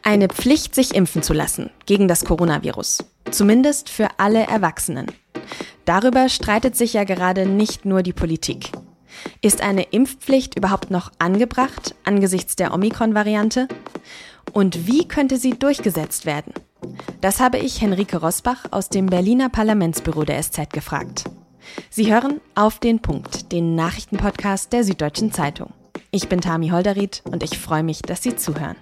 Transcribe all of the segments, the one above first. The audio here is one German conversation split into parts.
Eine Pflicht, sich impfen zu lassen gegen das Coronavirus. Zumindest für alle Erwachsenen. Darüber streitet sich ja gerade nicht nur die Politik. Ist eine Impfpflicht überhaupt noch angebracht angesichts der Omikron-Variante? Und wie könnte sie durchgesetzt werden? Das habe ich Henrike Rosbach aus dem Berliner Parlamentsbüro der SZ gefragt. Sie hören Auf den Punkt, den Nachrichtenpodcast der Süddeutschen Zeitung. Ich bin Tami Holderried und ich freue mich, dass Sie zuhören.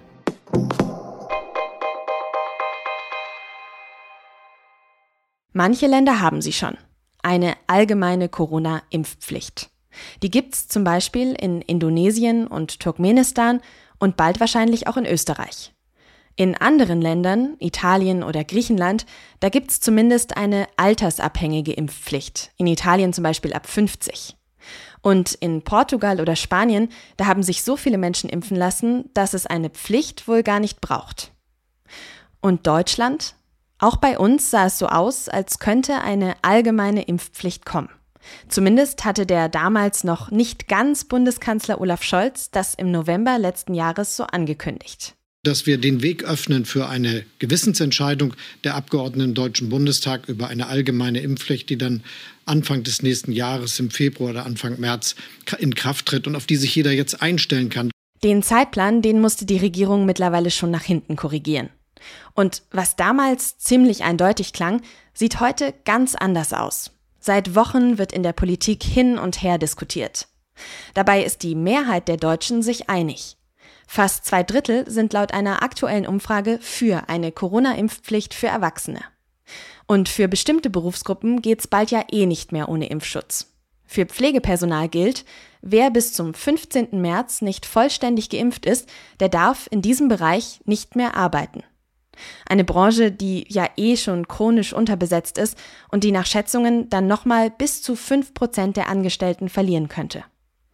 Manche Länder haben sie schon. Eine allgemeine Corona-Impfpflicht. Die gibt's zum Beispiel in Indonesien und Turkmenistan und bald wahrscheinlich auch in Österreich. In anderen Ländern, Italien oder Griechenland, da gibt's zumindest eine altersabhängige Impfpflicht. In Italien zum Beispiel ab 50. Und in Portugal oder Spanien, da haben sich so viele Menschen impfen lassen, dass es eine Pflicht wohl gar nicht braucht. Und Deutschland? Auch bei uns sah es so aus, als könnte eine allgemeine Impfpflicht kommen. Zumindest hatte der damals noch nicht ganz Bundeskanzler Olaf Scholz das im November letzten Jahres so angekündigt. Dass wir den Weg öffnen für eine Gewissensentscheidung der Abgeordneten im Deutschen Bundestag über eine allgemeine Impfpflicht, die dann Anfang des nächsten Jahres im Februar oder Anfang März in Kraft tritt und auf die sich jeder jetzt einstellen kann. Den Zeitplan, den musste die Regierung mittlerweile schon nach hinten korrigieren. Und was damals ziemlich eindeutig klang, sieht heute ganz anders aus. Seit Wochen wird in der Politik hin und her diskutiert. Dabei ist die Mehrheit der Deutschen sich einig. Fast 2/3 sind laut einer aktuellen Umfrage für eine Corona-Impfpflicht für Erwachsene. Und für bestimmte Berufsgruppen geht's bald ja nicht mehr ohne Impfschutz. Für Pflegepersonal gilt, wer bis zum 15. März nicht vollständig geimpft ist, der darf in diesem Bereich nicht mehr arbeiten. Eine Branche, die ja schon chronisch unterbesetzt ist und die nach Schätzungen dann nochmal bis zu 5% der Angestellten verlieren könnte.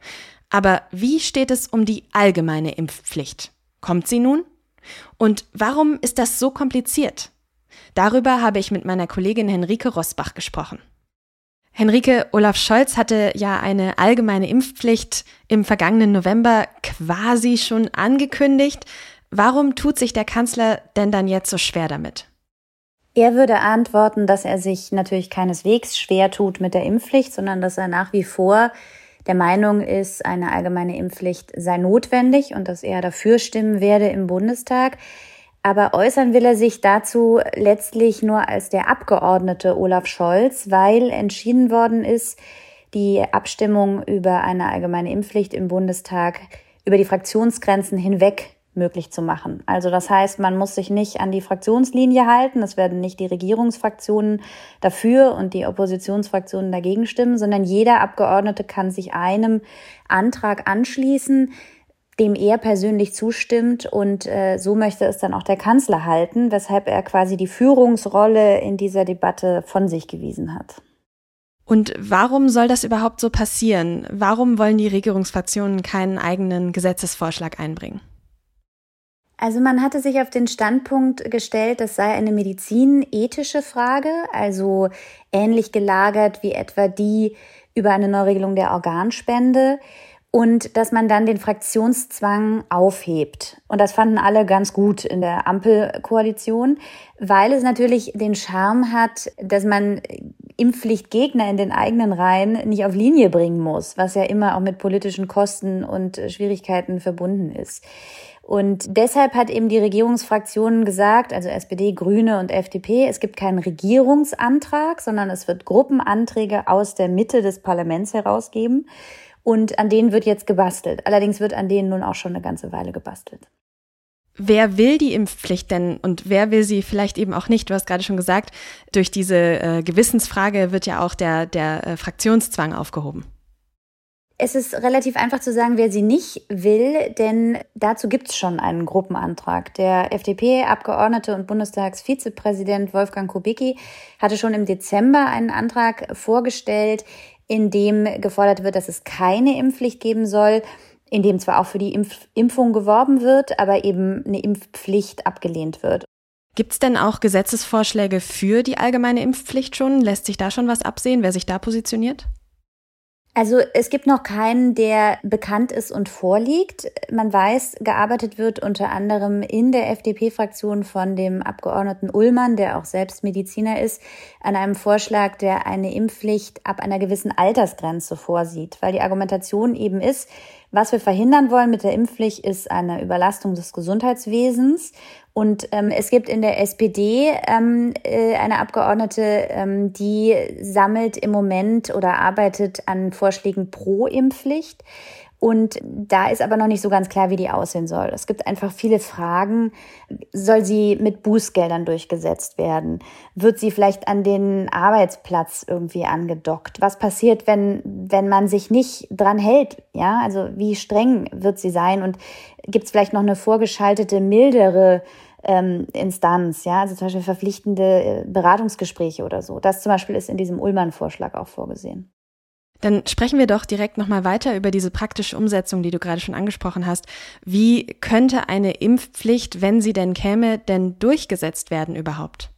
Aber wie steht es um die allgemeine Impfpflicht? Kommt sie nun? Und warum ist das so kompliziert? Darüber habe ich mit meiner Kollegin Henrike Rosbach gesprochen. Henrike, Olaf Scholz hatte ja eine allgemeine Impfpflicht im vergangenen November quasi schon angekündigt. Warum tut sich der Kanzler denn dann jetzt so schwer damit? Er würde antworten, dass er sich natürlich keineswegs schwer tut mit der Impfpflicht, sondern dass er nach wie vor der Meinung ist, eine allgemeine Impfpflicht sei notwendig und dass er dafür stimmen werde im Bundestag. Aber äußern will er sich dazu letztlich nur als der Abgeordnete Olaf Scholz, weil entschieden worden ist, die Abstimmung über eine allgemeine Impfpflicht im Bundestag über die Fraktionsgrenzen hinweg möglich zu machen. Also das heißt, man muss sich nicht an die Fraktionslinie halten. Es werden nicht die Regierungsfraktionen dafür und die Oppositionsfraktionen dagegen stimmen, sondern jeder Abgeordnete kann sich einem Antrag anschließen, dem er persönlich zustimmt. Und so möchte es dann auch der Kanzler halten, weshalb er quasi die Führungsrolle in dieser Debatte von sich gewiesen hat. Und warum soll das überhaupt so passieren? Warum wollen die Regierungsfraktionen keinen eigenen Gesetzesvorschlag einbringen? Also man hatte sich auf den Standpunkt gestellt, das sei eine medizinethische Frage, also ähnlich gelagert wie etwa die über eine Neuregelung der Organspende und dass man dann den Fraktionszwang aufhebt. Und das fanden alle ganz gut in der Ampelkoalition, weil es natürlich den Charme hat, dass man Impfpflichtgegner in den eigenen Reihen nicht auf Linie bringen muss, was ja immer auch mit politischen Kosten und Schwierigkeiten verbunden ist. Und deshalb hat eben die Regierungsfraktionen gesagt, also SPD, Grüne und FDP, es gibt keinen Regierungsantrag, sondern es wird Gruppenanträge aus der Mitte des Parlaments herausgeben. Und an denen wird jetzt gebastelt. Allerdings wird an denen nun auch schon eine ganze Weile gebastelt. Wer will die Impfpflicht denn und wer will sie vielleicht eben auch nicht? Du hast gerade schon gesagt, durch diese Gewissensfrage wird ja auch der Fraktionszwang aufgehoben. Es ist relativ einfach zu sagen, wer sie nicht will, denn dazu gibt es schon einen Gruppenantrag. Der FDP-Abgeordnete und Bundestagsvizepräsident Wolfgang Kubicki hatte schon im Dezember einen Antrag vorgestellt, in dem gefordert wird, dass es keine Impfpflicht geben soll, in dem zwar auch für die Impfung geworben wird, aber eben eine Impfpflicht abgelehnt wird. Gibt es denn auch Gesetzesvorschläge für die allgemeine Impfpflicht schon? Lässt sich da schon was absehen, wer sich da positioniert? Also es gibt noch keinen, der bekannt ist und vorliegt. Man weiß, gearbeitet wird unter anderem in der FDP-Fraktion von dem Abgeordneten Ullmann, der auch selbst Mediziner ist, an einem Vorschlag, der eine Impfpflicht ab einer gewissen Altersgrenze vorsieht. Weil die Argumentation eben ist, was wir verhindern wollen mit der Impfpflicht, ist eine Überlastung des Gesundheitswesens. Und es gibt in der SPD eine Abgeordnete, die sammelt im Moment oder arbeitet an Vorschlägen pro Impfpflicht. Und da ist aber noch nicht so ganz klar, wie die aussehen soll. Es gibt einfach viele Fragen. Soll sie mit Bußgeldern durchgesetzt werden? Wird sie vielleicht an den Arbeitsplatz irgendwie angedockt? Was passiert, wenn man sich nicht dran hält? Ja, also wie streng wird sie sein? Und gibt es vielleicht noch eine vorgeschaltete, mildere Instanz? Ja, also zum Beispiel verpflichtende Beratungsgespräche oder so. Das zum Beispiel ist in diesem Ullmann-Vorschlag auch vorgesehen. Dann sprechen wir doch direkt nochmal weiter über diese praktische Umsetzung, die du gerade schon angesprochen hast. Wie könnte eine Impfpflicht, wenn sie denn käme, denn durchgesetzt werden überhaupt?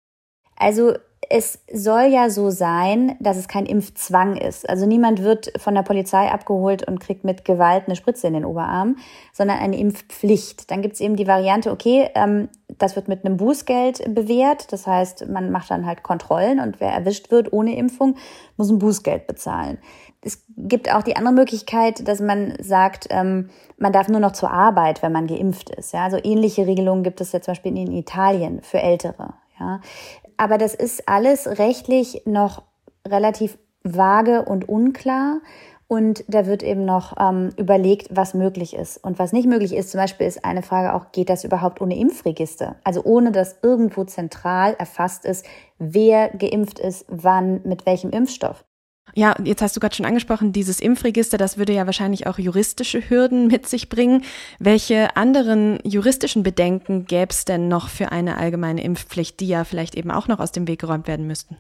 Also es soll ja so sein, dass es kein Impfzwang ist. Also niemand wird von der Polizei abgeholt und kriegt mit Gewalt eine Spritze in den Oberarm, sondern eine Impfpflicht. Dann gibt es eben die Variante, okay, das wird mit einem Bußgeld bewährt. Das heißt, man macht dann halt Kontrollen und wer erwischt wird ohne Impfung, muss ein Bußgeld bezahlen. Es gibt auch die andere Möglichkeit, dass man sagt, man darf nur noch zur Arbeit, wenn man geimpft ist. Ja, also ähnliche Regelungen gibt es ja zum Beispiel in Italien für Ältere. Ja, aber das ist alles rechtlich noch relativ vage und unklar. Und da wird eben noch überlegt, was möglich ist. Und was nicht möglich ist, zum Beispiel ist eine Frage auch, geht das überhaupt ohne Impfregister? Also ohne, dass irgendwo zentral erfasst ist, wer geimpft ist, wann, mit welchem Impfstoff. Ja, jetzt hast du gerade schon angesprochen, dieses Impfregister, das würde ja wahrscheinlich auch juristische Hürden mit sich bringen. Welche anderen juristischen Bedenken gäbe es denn noch für eine allgemeine Impfpflicht, die ja vielleicht eben auch noch aus dem Weg geräumt werden müssten?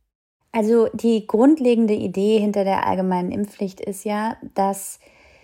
Also die grundlegende Idee hinter der allgemeinen Impfpflicht ist ja, dass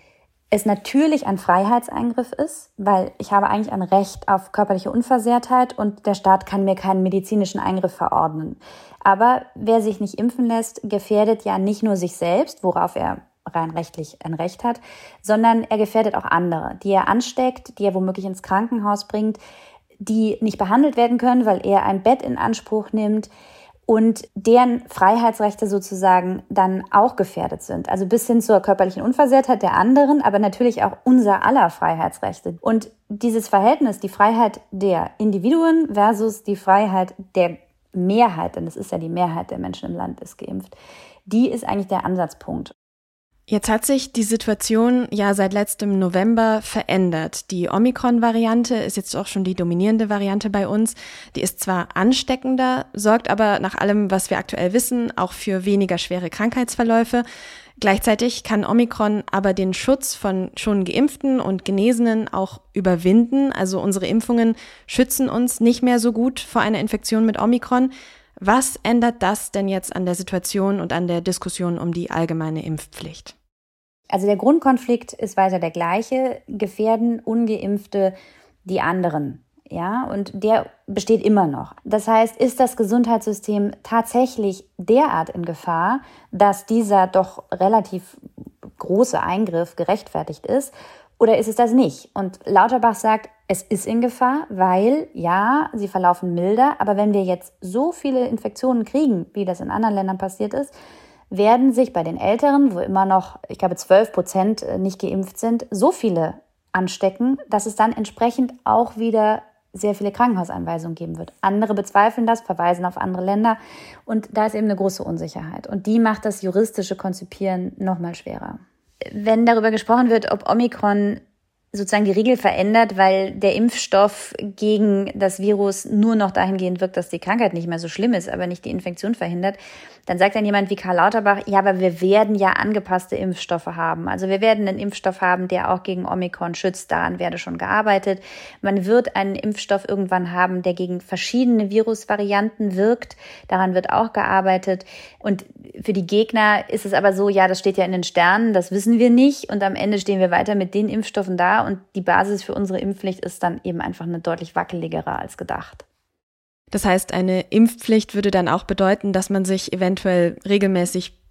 es natürlich ein Freiheitseingriff ist, weil ich habe eigentlich ein Recht auf körperliche Unversehrtheit und der Staat kann mir keinen medizinischen Eingriff verordnen. Aber wer sich nicht impfen lässt, gefährdet ja nicht nur sich selbst, worauf er rein rechtlich ein Recht hat, sondern er gefährdet auch andere, die er ansteckt, die er womöglich ins Krankenhaus bringt, die nicht behandelt werden können, weil er ein Bett in Anspruch nimmt und deren Freiheitsrechte sozusagen dann auch gefährdet sind. Also bis hin zur körperlichen Unversehrtheit der anderen, aber natürlich auch unser aller Freiheitsrechte. Und dieses Verhältnis, die Freiheit der Individuen versus die Freiheit der Mehrheit, denn es ist ja die Mehrheit der Menschen im Land ist geimpft, die ist eigentlich der Ansatzpunkt. Jetzt hat sich die Situation ja seit letztem November verändert. Die Omikron-Variante ist jetzt auch schon die dominierende Variante bei uns. Die ist zwar ansteckender, sorgt aber nach allem, was wir aktuell wissen, auch für weniger schwere Krankheitsverläufe. Gleichzeitig kann Omikron aber den Schutz von schon Geimpften und Genesenen auch überwinden. Also unsere Impfungen schützen uns nicht mehr so gut vor einer Infektion mit Omikron. Was ändert das denn jetzt an der Situation und an der Diskussion um die allgemeine Impfpflicht? Also der Grundkonflikt ist weiter der gleiche. Gefährden Ungeimpfte die anderen? Ja, und der besteht immer noch. Das heißt, ist das Gesundheitssystem tatsächlich derart in Gefahr, dass dieser doch relativ große Eingriff gerechtfertigt ist? Oder ist es das nicht? Und Lauterbach sagt, es ist in Gefahr, weil, ja, sie verlaufen milder. Aber wenn wir jetzt so viele Infektionen kriegen, wie das in anderen Ländern passiert ist, werden sich bei den Älteren, wo immer noch, ich glaube, 12% nicht geimpft sind, so viele anstecken, dass es dann entsprechend auch wieder sehr viele Krankenhauseinweisungen geben wird. Andere bezweifeln das, verweisen auf andere Länder. Und da ist eben eine große Unsicherheit. Und die macht das juristische Konzipieren noch mal schwerer. Wenn darüber gesprochen wird, ob Omikron sozusagen die Regel verändert, weil der Impfstoff gegen das Virus nur noch dahingehend wirkt, dass die Krankheit nicht mehr so schlimm ist, aber nicht die Infektion verhindert, dann sagt dann jemand wie Karl Lauterbach, ja, aber wir werden ja angepasste Impfstoffe haben. Also wir werden einen Impfstoff haben, der auch gegen Omikron schützt. Daran werde schon gearbeitet. Man wird einen Impfstoff irgendwann haben, der gegen verschiedene Virusvarianten wirkt. Daran wird auch gearbeitet. Und für die Gegner ist es aber so, ja, das steht ja in den Sternen, das wissen wir nicht. Und am Ende stehen wir weiter mit den Impfstoffen da. Und die Basis für unsere Impfpflicht ist dann eben einfach eine deutlich wackeligere als gedacht. Das heißt, eine Impfpflicht würde dann auch bedeuten, dass man sich eventuell regelmäßig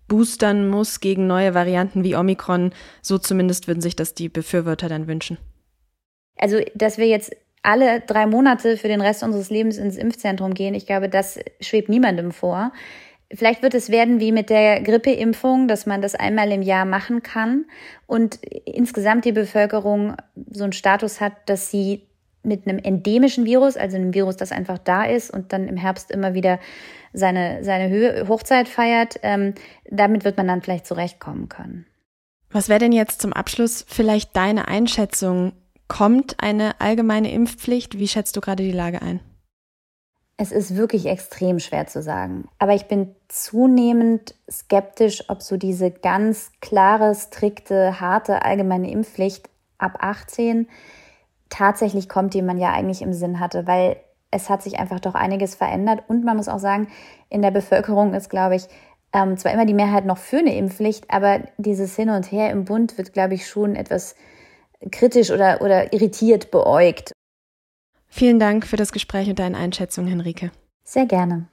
boostern muss gegen neue Varianten wie Omikron. So zumindest würden sich das die Befürworter dann wünschen. Also, dass wir jetzt alle 3 Monate für den Rest unseres Lebens ins Impfzentrum gehen, ich glaube, das schwebt niemandem vor. Vielleicht wird es werden wie mit der Grippeimpfung, dass man das einmal im Jahr machen kann und insgesamt die Bevölkerung so einen Status hat, dass sie mit einem endemischen Virus, also einem Virus, das einfach da ist und dann im Herbst immer wieder seine Hochzeit feiert, damit wird man dann vielleicht zurechtkommen können. Was wäre denn jetzt zum Abschluss vielleicht deine Einschätzung? Kommt eine allgemeine Impfpflicht? Wie schätzt du gerade die Lage ein? Es ist wirklich extrem schwer zu sagen. Aber ich bin zunehmend skeptisch, ob so diese ganz klare, strikte, harte allgemeine Impfpflicht ab 18 tatsächlich kommt, die man ja eigentlich im Sinn hatte, weil es hat sich einfach doch einiges verändert. Und man muss auch sagen, in der Bevölkerung ist, glaube ich, zwar immer die Mehrheit noch für eine Impfpflicht, aber dieses Hin und Her im Bund wird, glaube ich, schon etwas kritisch oder irritiert beäugt. Vielen Dank für das Gespräch und deine Einschätzung, Henrike. Sehr gerne.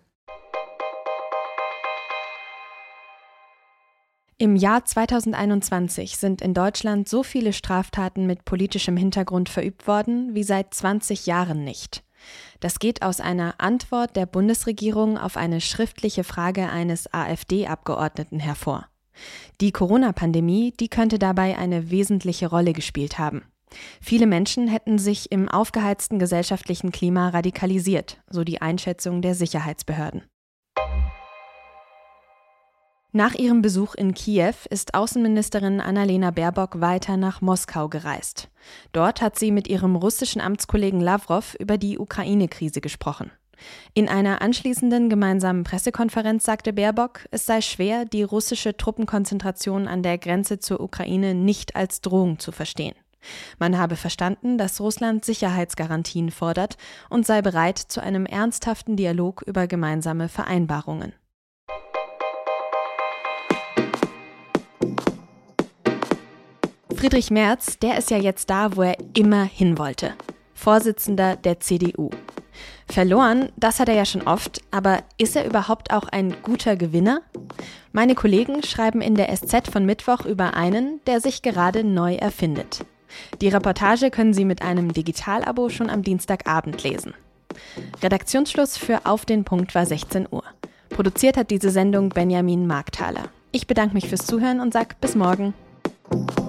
Im Jahr 2021 sind in Deutschland so viele Straftaten mit politischem Hintergrund verübt worden wie seit 20 Jahren nicht. Das geht aus einer Antwort der Bundesregierung auf eine schriftliche Frage eines AfD-Abgeordneten hervor. Die Corona-Pandemie, die könnte dabei eine wesentliche Rolle gespielt haben. Viele Menschen hätten sich im aufgeheizten gesellschaftlichen Klima radikalisiert, so die Einschätzung der Sicherheitsbehörden. Nach ihrem Besuch in Kiew ist Außenministerin Annalena Baerbock weiter nach Moskau gereist. Dort hat sie mit ihrem russischen Amtskollegen Lawrow über die Ukraine-Krise gesprochen. In einer anschließenden gemeinsamen Pressekonferenz sagte Baerbock, es sei schwer, die russische Truppenkonzentration an der Grenze zur Ukraine nicht als Drohung zu verstehen. Man habe verstanden, dass Russland Sicherheitsgarantien fordert und sei bereit zu einem ernsthaften Dialog über gemeinsame Vereinbarungen. Friedrich Merz, der ist ja jetzt da, wo er immer hin wollte. Vorsitzender der CDU. Verloren, das hat er ja schon oft, aber ist er überhaupt auch ein guter Gewinner? Meine Kollegen schreiben in der SZ von Mittwoch über einen, der sich gerade neu erfindet. Die Reportage können Sie mit einem Digitalabo schon am Dienstagabend lesen. Redaktionsschluss für Auf den Punkt war 16 Uhr. Produziert hat diese Sendung Benjamin Markthaler. Ich bedanke mich fürs Zuhören und sage bis morgen.